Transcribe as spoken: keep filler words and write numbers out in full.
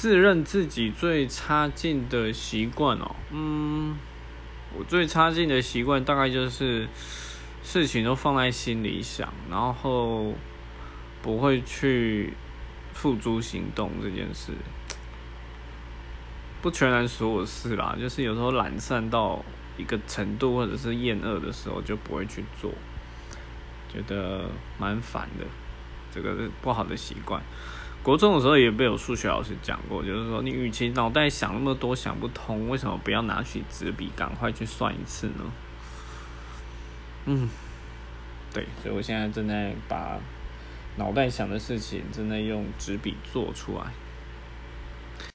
自认自己最差劲的习惯哦，嗯，我最差劲的习惯大概就是事情都放在心里想，然后不会去付诸行动这件事。不全然所有事啦，就是有时候懒散到一个程度，或者是厌恶的时候，就不会去做，觉得蛮烦的。这个是不好的习惯。国中的时候也被我数学老师讲过，就是说你与其脑袋想那么多想不通，为什么不要拿起纸笔赶快去算一次呢？嗯，对，所以我现在正在把脑袋想的事情，正在用纸笔做出来。